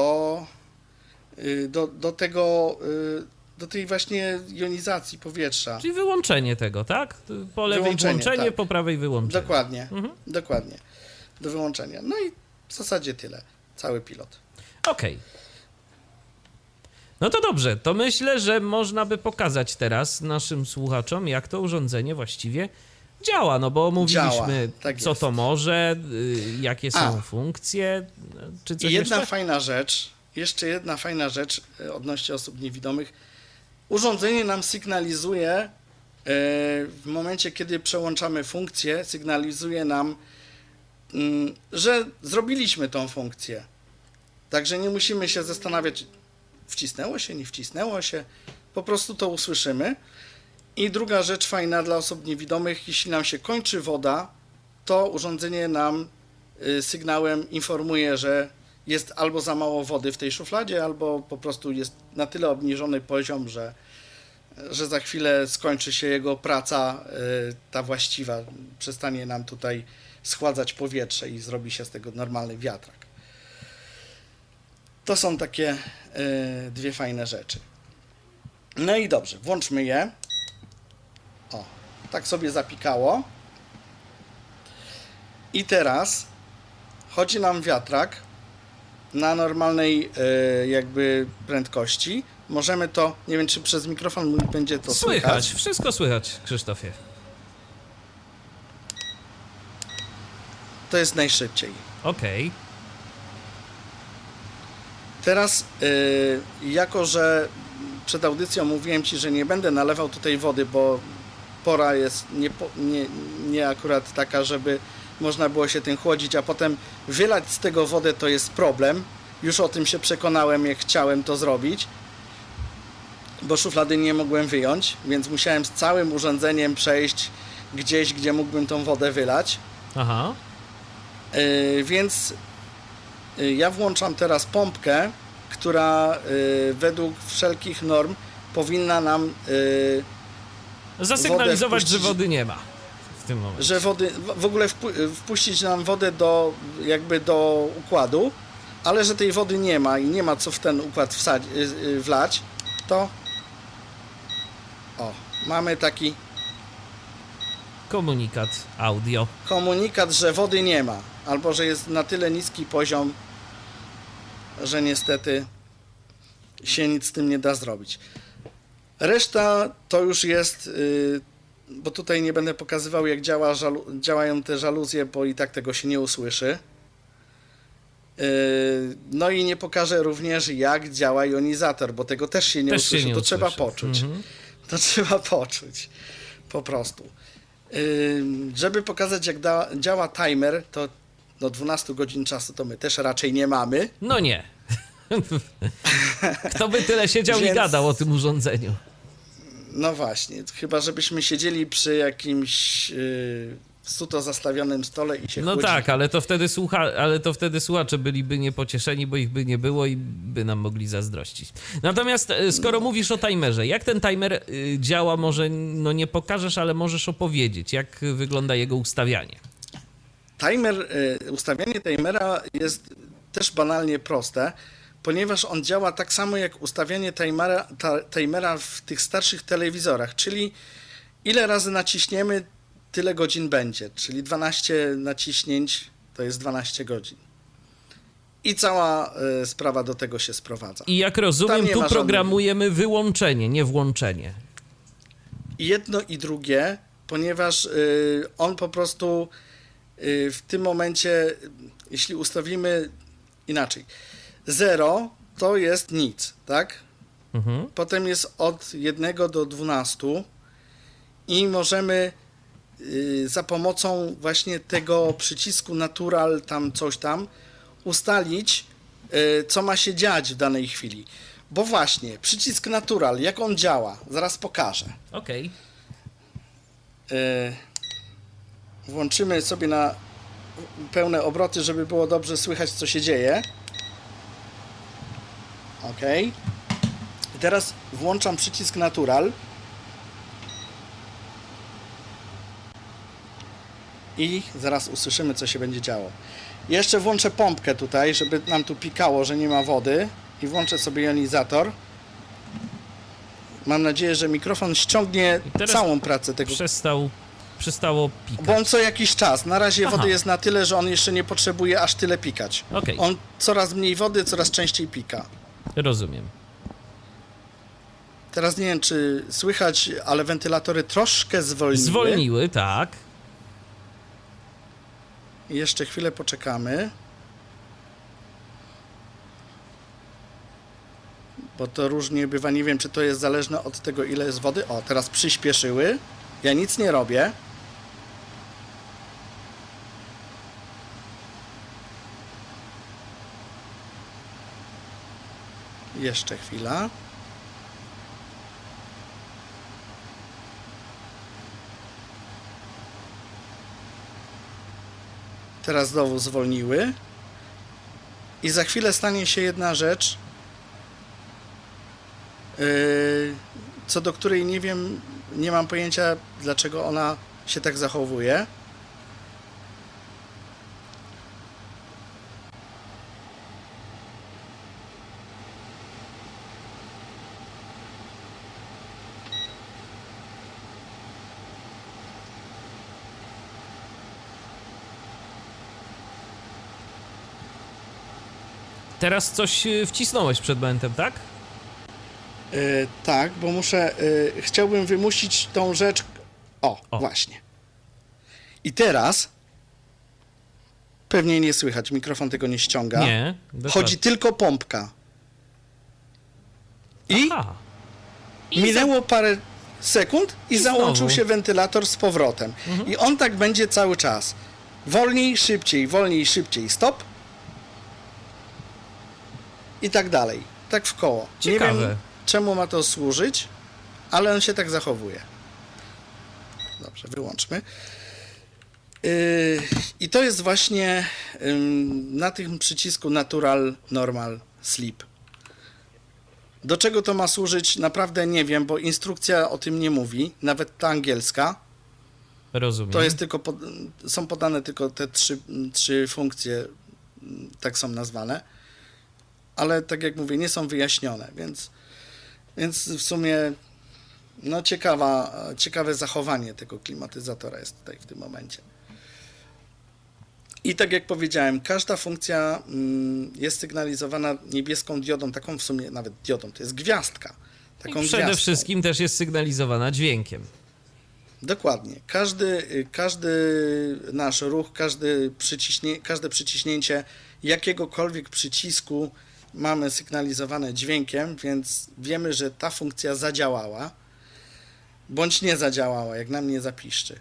C: do tej właśnie jonizacji powietrza.
B: Czyli wyłączenie tego, tak? Po lewej włączenie,
C: tak.
B: Po prawej wyłączenie.
C: Dokładnie. Do wyłączenia. No i w zasadzie tyle. Cały pilot.
B: Okej. No to dobrze, to myślę, że można by pokazać teraz naszym słuchaczom, jak to urządzenie właściwie działa, no bo mówiliśmy,
C: tak
B: co
C: jest.
B: to może, jakie są funkcje, czy coś
C: jeszcze? Jeszcze jedna fajna rzecz odnośnie osób niewidomych. Urządzenie nam sygnalizuje, w momencie, kiedy przełączamy funkcję, sygnalizuje nam, że zrobiliśmy tą funkcję. Także nie musimy się zastanawiać, wcisnęło się, nie wcisnęło się, po prostu to usłyszymy. I druga rzecz fajna dla osób niewidomych, jeśli nam się kończy woda, to urządzenie nam sygnałem informuje, że jest albo za mało wody w tej szufladzie, albo po prostu jest na tyle obniżony poziom, że za chwilę skończy się jego praca, ta właściwa, przestanie nam tutaj schładzać powietrze i zrobi się z tego normalny wiatrak. To są takie 2 fajne rzeczy. No i dobrze, włączmy je. O, tak sobie zapikało. I teraz chodzi nam wiatrak na normalnej jakby prędkości. Możemy to, nie wiem czy przez mikrofon mój będzie to słychać.
B: Wszystko słychać, Krzysztofie.
C: To jest najszybciej.
B: Okej.
C: Teraz, jako że przed audycją mówiłem Ci, że nie będę nalewał tutaj wody, bo pora jest nie akurat taka, żeby można było się tym chłodzić, a potem wylać z tego wodę to jest problem. Już o tym się przekonałem, jak chciałem to zrobić, bo szuflady nie mogłem wyjąć, więc musiałem z całym urządzeniem przejść gdzieś, gdzie mógłbym tą wodę wylać.
B: Aha.
C: Więc ja włączam teraz pompkę, która według wszelkich norm powinna nam
B: zasygnalizować, że wody nie ma w tym momencie.
C: Że wody, w ogóle wpuścić nam wodę do układu, ale że tej wody nie ma i nie ma co w ten układ wlać, to mamy taki
B: komunikat audio.
C: Komunikat, że wody nie ma, albo że jest na tyle niski poziom, że niestety się nic z tym nie da zrobić. Reszta to już jest, bo tutaj nie będę pokazywał, jak działają te żaluzje, bo i tak tego się nie usłyszy. No i nie pokażę również, jak działa jonizator, bo tego też się nie usłyszy. To trzeba poczuć. To trzeba poczuć. Po prostu. Żeby pokazać, jak działa timer, to do 12 godzin czasu to my też raczej nie mamy.
B: No nie. Kto by tyle siedział i gadał o tym urządzeniu?
C: No właśnie, chyba żebyśmy siedzieli przy jakimś suto zastawionym stole i się
B: No
C: chłodzili.
B: tak, ale to wtedy słuchacze byliby niepocieszeni, bo ich by nie było i by nam mogli zazdrościć. Natomiast skoro mówisz o timerze, jak ten timer działa, może nie pokażesz, ale możesz opowiedzieć, jak wygląda jego ustawianie.
C: Ustawianie timera jest też banalnie proste, ponieważ on działa tak samo jak ustawianie timera w tych starszych telewizorach, czyli ile razy naciśniemy, tyle godzin będzie, czyli 12 naciśnięć to jest 12 godzin. I cała sprawa do tego się sprowadza.
B: I jak rozumiem, tu programujemy wyłączenie, nie włączenie.
C: Jedno i drugie, ponieważ on po prostu w tym momencie, jeśli ustawimy inaczej, 0 to jest nic, tak?
B: Mhm.
C: Potem jest od 1 do 12 i możemy za pomocą właśnie tego przycisku natural, tam coś tam, ustalić, co ma się dziać w danej chwili. Bo właśnie, przycisk natural, jak on działa, zaraz pokażę.
B: Okej.
C: Włączymy sobie na pełne obroty, żeby było dobrze słychać, co się dzieje. OK. I teraz włączam przycisk natural. I zaraz usłyszymy, co się będzie działo. Jeszcze włączę pompkę tutaj, żeby nam tu pikało, że nie ma wody. I włączę sobie jonizator. Mam nadzieję, że mikrofon ściągnie całą pracę tego.
B: Przestało pikać.
C: Bo on co jakiś czas. Na razie wody jest na tyle, że on jeszcze nie potrzebuje aż tyle pikać.
B: Okay.
C: On coraz mniej wody, coraz częściej pika.
B: Rozumiem.
C: Teraz nie wiem, czy słychać, ale wentylatory troszkę zwolniły.
B: Zwolniły, tak.
C: Jeszcze chwilę poczekamy. Bo to różnie bywa. Nie wiem, czy to jest zależne od tego, ile jest wody. O, teraz przyspieszyły. Ja nic nie robię. Jeszcze chwila. Teraz znowu zwolniły. I za chwilę stanie się jedna rzecz, co do której nie wiem, nie mam pojęcia, dlaczego ona się tak zachowuje.
B: Teraz coś wcisnąłeś przed momentem, tak?
C: Tak, bo chciałbym wymusić tą rzecz. O, właśnie. I teraz pewnie nie słychać, mikrofon tego nie ściąga.
B: Nie.
C: Chodzi tylko pompka. I
B: Aha.
C: minęło parę sekund i załączył
B: znowu
C: się wentylator z powrotem. I on tak będzie cały czas. Wolniej, szybciej, stop. I tak dalej. Tak w koło.
B: Ciekawe.
C: Nie wiem, czemu ma to służyć, ale on się tak zachowuje. Dobrze, wyłączmy. I to jest właśnie na tym przycisku Natural, Normal, Sleep. Do czego to ma służyć? Naprawdę nie wiem, bo instrukcja o tym nie mówi, nawet ta angielska.
B: Rozumiem.
C: To jest tylko są podane tylko te trzy funkcje, tak są nazwane, ale tak jak mówię, nie są wyjaśnione, więc w sumie no ciekawe zachowanie tego klimatyzatora jest tutaj w tym momencie. I tak jak powiedziałem, każda funkcja jest sygnalizowana niebieską diodą, taką w sumie nawet diodą, to jest gwiazdka. Taką
B: I przede
C: gwiazdką.
B: wszystkim też jest sygnalizowana dźwiękiem.
C: Dokładnie. Każdy nasz ruch, każde przyciśnięcie jakiegokolwiek przycisku mamy sygnalizowane dźwiękiem, więc wiemy, że ta funkcja zadziałała, bądź nie zadziałała, jak nam nie zapiszczy.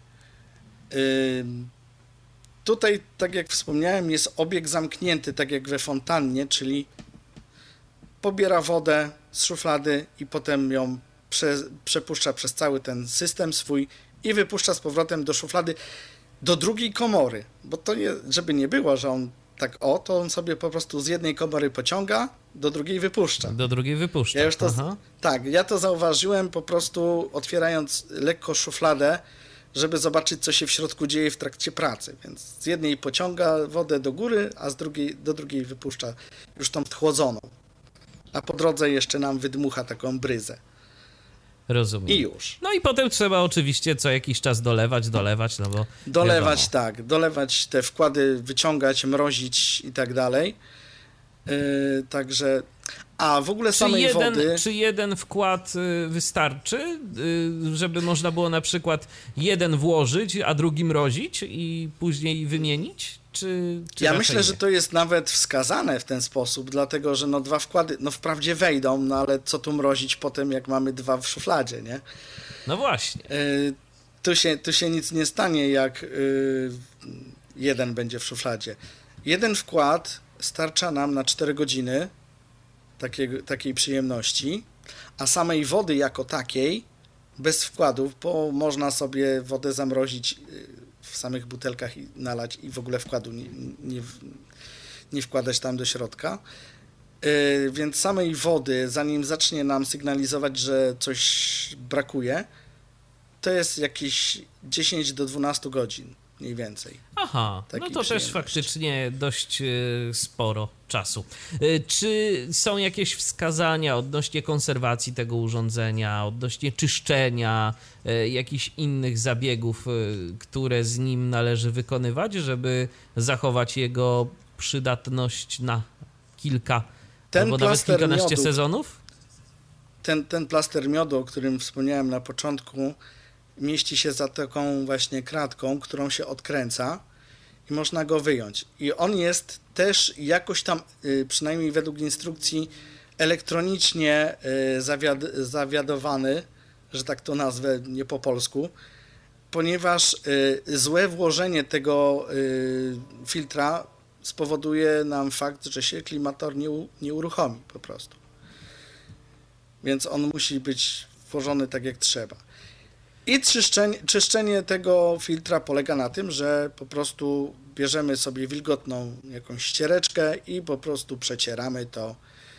C: Tutaj, tak jak wspomniałem, jest obieg zamknięty, tak jak we fontannie, czyli pobiera wodę z szuflady i potem ją przepuszcza przez cały ten system swój i wypuszcza z powrotem do szuflady, do drugiej komory, bo to nie, żeby nie było, że on tak to on sobie po prostu z jednej komory pociąga, do drugiej wypuszcza.
B: Do drugiej wypuszcza.
C: Ja już ja to zauważyłem po prostu otwierając lekko szufladę, żeby zobaczyć, co się w środku dzieje w trakcie pracy, więc z jednej pociąga wodę do góry, a do drugiej wypuszcza już tą chłodzoną, a po drodze jeszcze nam wydmucha taką bryzę.
B: Rozumiem.
C: I już.
B: No i potem trzeba oczywiście co jakiś czas dolewać, no bo
C: dolewać,
B: wiadomo.
C: tak, dolewać te wkłady, wyciągać, mrozić i tak dalej. Także, a w ogóle samej wody...
B: Czy jeden wkład wystarczy, żeby można było na przykład jeden włożyć, a drugi mrozić i później wymienić? Czy
C: ja myślę, że to jest nawet wskazane w ten sposób, dlatego, że dwa wkłady, wprawdzie wejdą, ale co tu mrozić potem, jak mamy dwa w szufladzie, nie?
B: No właśnie.
C: Tu się nic nie stanie, jak jeden będzie w szufladzie. Jeden wkład starcza nam na 4 godziny takiej przyjemności, a samej wody jako takiej, bez wkładów, bo można sobie wodę zamrozić w samych butelkach i nalać i w ogóle wkładu nie wkładać tam do środka. Więc samej wody, zanim zacznie nam sygnalizować, że coś brakuje, to jest jakieś 10 do 12 godzin mniej więcej.
B: Aha, no to też faktycznie dość sporo czasu. Czy są jakieś wskazania odnośnie konserwacji tego urządzenia, odnośnie czyszczenia, jakichś innych zabiegów, które z nim należy wykonywać, żeby zachować jego przydatność na kilka albo nawet kilkanaście sezonów?
C: Ten plaster miodu, o którym wspomniałem na początku, mieści się za taką właśnie kratką, którą się odkręca i można go wyjąć. I on jest też jakoś tam, przynajmniej według instrukcji, elektronicznie zawiadowany, że tak to nazwę, nie po polsku, ponieważ złe włożenie tego filtra spowoduje nam fakt, że się klimator nie uruchomi po prostu. Więc on musi być włożony tak jak trzeba. I czyszczenie tego filtra polega na tym, że po prostu bierzemy sobie wilgotną jakąś ściereczkę i po prostu przecieramy to.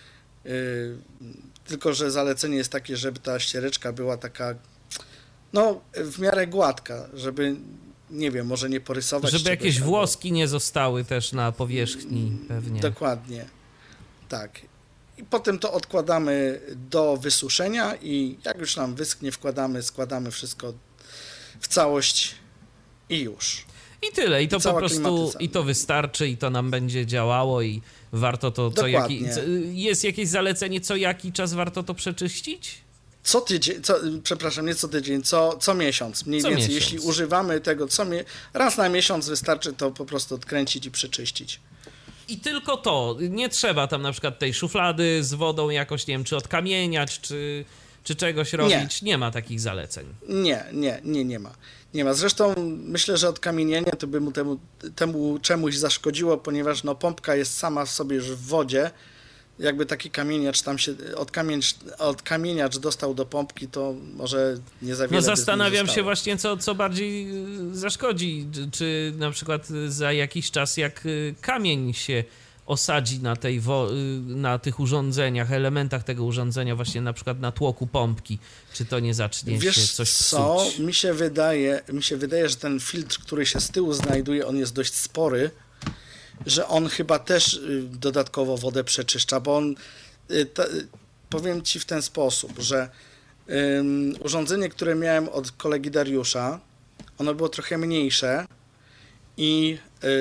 C: Tylko że zalecenie jest takie, żeby ta ściereczka była taka w miarę gładka, żeby, nie wiem, może nie porysować.
B: Żeby jakieś włoski nie zostały też na powierzchni pewnie.
C: Dokładnie, tak. I potem to odkładamy do wysuszenia i jak już nam wyschnie, składamy wszystko w całość i już.
B: I tyle, i to po
C: cała
B: prostu,
C: klimatyzacja.
B: i to wystarczy, i to nam będzie działało i warto to
C: Dokładnie.
B: jest jakieś zalecenie, co jaki czas warto to przeczyścić?
C: Co tydzień, przepraszam, nie co tydzień, co miesiąc mniej
B: Co
C: więcej.
B: miesiąc.
C: Jeśli używamy tego raz na miesiąc wystarczy to po prostu odkręcić i przeczyścić.
B: I tylko to, nie trzeba tam na przykład tej szuflady z wodą jakoś, nie wiem, czy odkamieniać, czy czegoś robić. Nie ma takich zaleceń.
C: Nie ma. Nie ma. Zresztą myślę, że odkamienienie to by mu temu czemuś zaszkodziło, ponieważ no, pompka jest sama w sobie już w wodzie. Jakby taki kamieniacz tam się, odkamieniacz dostał do pompki, to może nie za wiele.
B: No zastanawiam
C: by
B: się właśnie, co bardziej zaszkodzi. Czy na przykład za jakiś czas, jak kamień się osadzi na tych urządzeniach, elementach tego urządzenia, właśnie na przykład na tłoku pompki, czy to nie zacznie
C: Wiesz
B: się coś
C: co?
B: psuć?
C: Mi się wydaje, że ten filtr, który się z tyłu znajduje, on jest dość spory, że on chyba też dodatkowo wodę przeczyszcza, bo on, powiem Ci w ten sposób, że urządzenie, które miałem od kolegi Dariusza, ono było trochę mniejsze i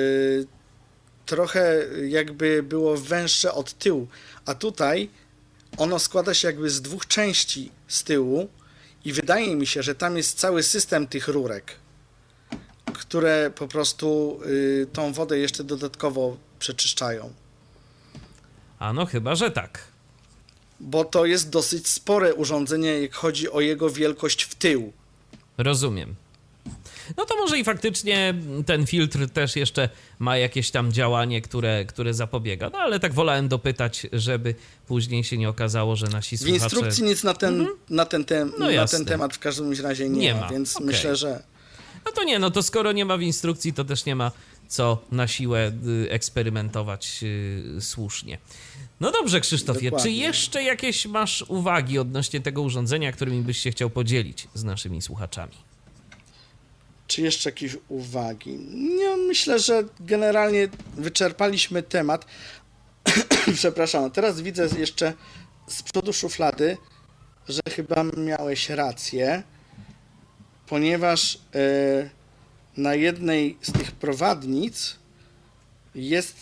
C: trochę jakby było węższe od tyłu, a tutaj ono składa się jakby z dwóch części z tyłu i wydaje mi się, że tam jest cały system tych rurek, które po prostu tą wodę jeszcze dodatkowo przeczyszczają.
B: A no chyba, że tak.
C: Bo to jest dosyć spore urządzenie, jak chodzi o jego wielkość w tył.
B: Rozumiem. No to może i faktycznie ten filtr też jeszcze ma jakieś tam działanie, które zapobiega. No ale tak wolałem dopytać, żeby później się nie okazało, że nasi
C: W
B: słuchacze...
C: instrukcji nic na ten temat w każdym razie nie ma, więc
B: okej.
C: myślę, że...
B: No to nie, no to skoro nie ma w instrukcji, to też nie ma co na siłę eksperymentować słusznie. No dobrze, Krzysztofie,
C: Dokładnie.
B: czy jeszcze jakieś masz uwagi odnośnie tego urządzenia, którymi byś się chciał podzielić z naszymi słuchaczami?
C: Czy jeszcze jakieś uwagi? Nie, myślę, że generalnie wyczerpaliśmy temat. Przepraszam, teraz widzę jeszcze z przodu szuflady, że chyba miałeś rację, ponieważ na jednej z tych prowadnic jest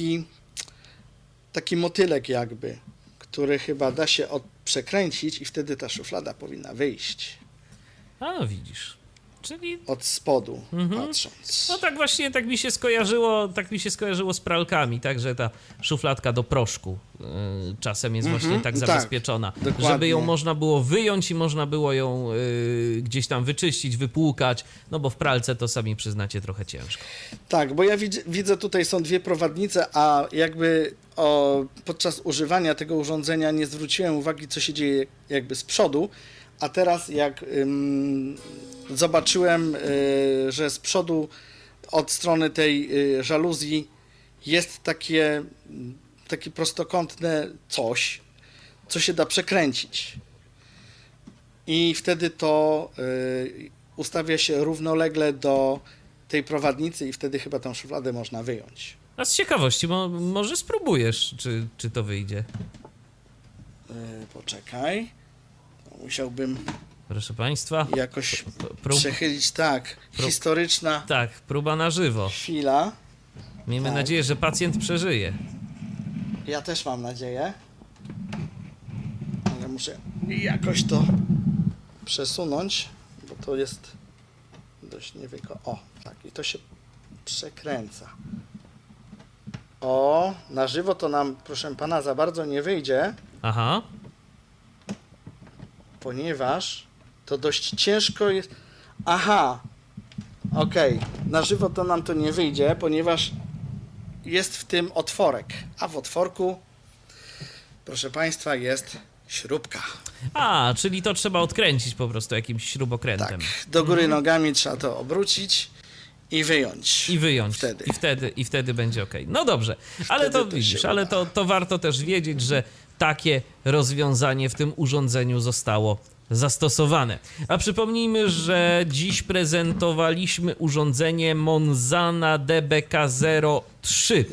C: taki motylek jakby, który chyba da się przekręcić i wtedy ta szuflada powinna wyjść
B: A no widzisz, czyli...
C: od spodu patrząc.
B: No tak właśnie, tak mi się skojarzyło z pralkami, tak, że ta szufladka do proszku czasem jest właśnie tak zabezpieczona,
C: dokładnie.
B: żeby ją można było wyjąć i można było ją gdzieś tam wyczyścić, wypłukać, no bo w pralce to sami przyznacie trochę ciężko.
C: Tak, bo ja widzę tutaj są dwie prowadnice, a jakby podczas używania tego urządzenia nie zwróciłem uwagi, co się dzieje jakby z przodu, a teraz jak zobaczyłem, że z przodu od strony tej żaluzji jest takie prostokątne coś, co się da przekręcić. I wtedy to ustawia się równolegle do tej prowadnicy i wtedy chyba tą szufladę można wyjąć.
B: A z ciekawości, może spróbujesz, czy to wyjdzie.
C: Poczekaj. Musiałbym
B: Proszę Państwa.
C: jakoś przechylić, historyczna
B: Tak, próba na żywo.
C: chwila.
B: Miejmy
C: Tak.
B: nadzieję, że pacjent przeżyje.
C: Ja też mam nadzieję. Ale muszę jakoś to przesunąć, bo to jest dość O, tak, i to się przekręca. O, na żywo to nam, proszę pana, za bardzo nie wyjdzie,
B: Aha.
C: ponieważ to dość ciężko jest. Aha, okej, na żywo to nam to nie wyjdzie, ponieważ jest w tym otworek, a w otworku, proszę państwa, jest śrubka.
B: A, czyli to trzeba odkręcić po prostu jakimś śrubokrętem.
C: Tak, do góry nogami trzeba to obrócić i wyjąć.
B: I wyjąć.
C: Wtedy.
B: I wtedy będzie ok. No dobrze, ale
C: Wtedy
B: to
C: to
B: widzisz,
C: się
B: ale
C: uda.
B: to warto też wiedzieć, że takie rozwiązanie w tym urządzeniu zostało zastosowane. A przypomnijmy, że dziś prezentowaliśmy urządzenie Monzana DBK0 3.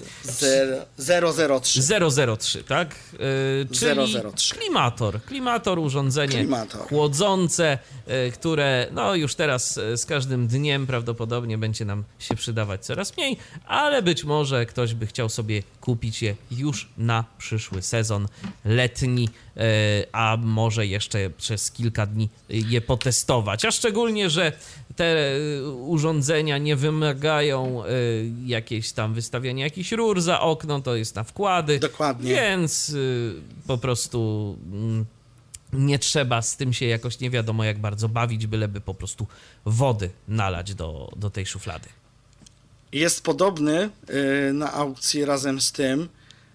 C: 003.
B: 003, tak? Czyli
C: 003.
B: Klimator, urządzenie chłodzące, które no już teraz z każdym dniem prawdopodobnie będzie nam się przydawać coraz mniej, ale być może ktoś by chciał sobie kupić je już na przyszły sezon letni, a może jeszcze przez kilka dni je potestować. A szczególnie, że te urządzenia nie wymagają jakieś tam wystawiania jakichś rur za okno, to jest na wkłady.
C: Dokładnie.
B: Więc po prostu nie trzeba z tym się jakoś nie wiadomo jak bardzo bawić, byleby po prostu wody nalać do tej szuflady.
C: Jest podobny na aukcji razem z tym,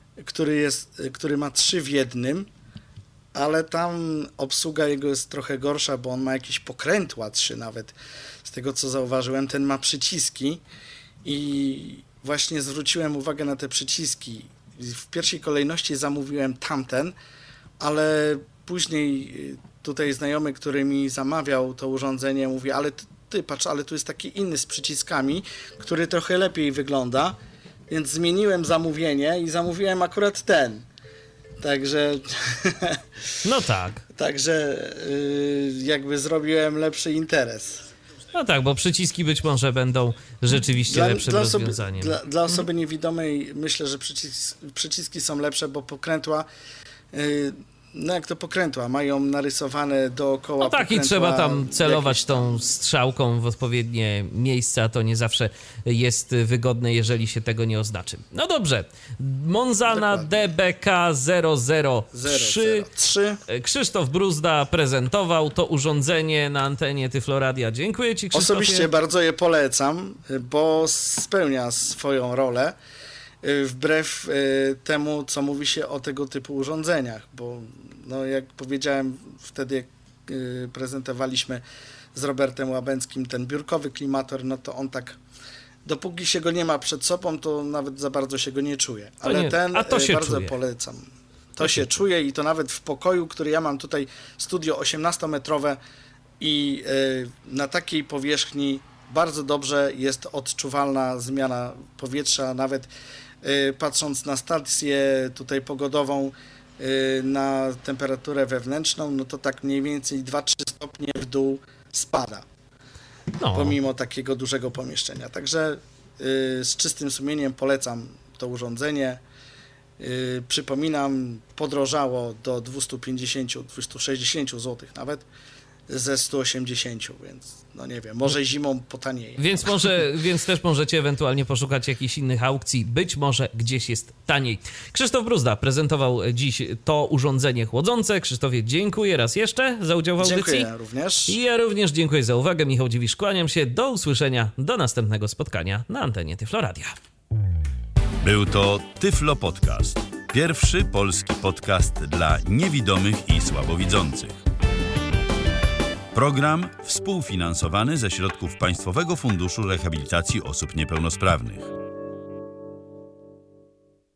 C: który ma 3 w jednym, ale tam obsługa jego jest trochę gorsza, bo on ma jakieś pokrętła 3 nawet. Z tego co zauważyłem, ten ma przyciski i właśnie zwróciłem uwagę na te przyciski. W pierwszej kolejności zamówiłem tamten, ale później tutaj znajomy, który mi zamawiał to urządzenie, mówi, ale ty patrz, ale tu jest taki inny z przyciskami, który trochę lepiej wygląda, więc zmieniłem zamówienie i zamówiłem akurat ten. Także...
B: No tak.
C: Także jakby zrobiłem lepszy interes.
B: No tak, bo przyciski być może będą rzeczywiście lepszym rozwiązaniem.
C: Dla osoby niewidomej myślę, że przyciski są lepsze, bo pokrętła, no jak to pokrętła, mają narysowane dookoła.
B: No tak, i trzeba tam celować tą strzałką w odpowiednie miejsca, to nie zawsze jest wygodne, jeżeli się tego nie oznaczy. No dobrze, Monzana DBK 003. Krzysztof Bruzda prezentował to urządzenie na antenie Tyfloradia. Dziękuję Ci, Krzysztofie.
C: Osobiście bardzo je polecam, bo spełnia swoją rolę. Wbrew temu, co mówi się o tego typu urządzeniach, bo no, jak powiedziałem wtedy, jak prezentowaliśmy z Robertem Łabęckim ten biurkowy klimator, no to on tak, dopóki się go nie ma przed sobą, to nawet za bardzo się go nie czuje. Ale ten bardzo polecam. To się czuje i to nawet w pokoju, który ja mam tutaj, studio 18-metrowe i na takiej powierzchni bardzo dobrze jest odczuwalna zmiana powietrza, nawet patrząc na stację tutaj pogodową, na temperaturę wewnętrzną, no to tak mniej więcej 2-3 stopnie w dół spada, pomimo takiego dużego pomieszczenia. Także z czystym sumieniem polecam to urządzenie. Przypominam, podrożało do 250-260 zł nawet, ze 180, więc no nie wiem, może zimą potanieje.
B: Więc też możecie ewentualnie poszukać jakichś innych aukcji, być może gdzieś jest taniej. Krzysztof Bruzda prezentował dziś to urządzenie chłodzące. Krzysztofie, dziękuję raz jeszcze za udział w audycji.
C: Dziękuję również.
B: I ja również dziękuję za uwagę. Michał Dziwisz, kłaniam się. Do usłyszenia, do następnego spotkania na antenie Tyfloradia.
A: Był to Tyflo Podcast. Pierwszy polski podcast dla niewidomych i słabowidzących. Program współfinansowany ze środków Państwowego Funduszu Rehabilitacji Osób Niepełnosprawnych.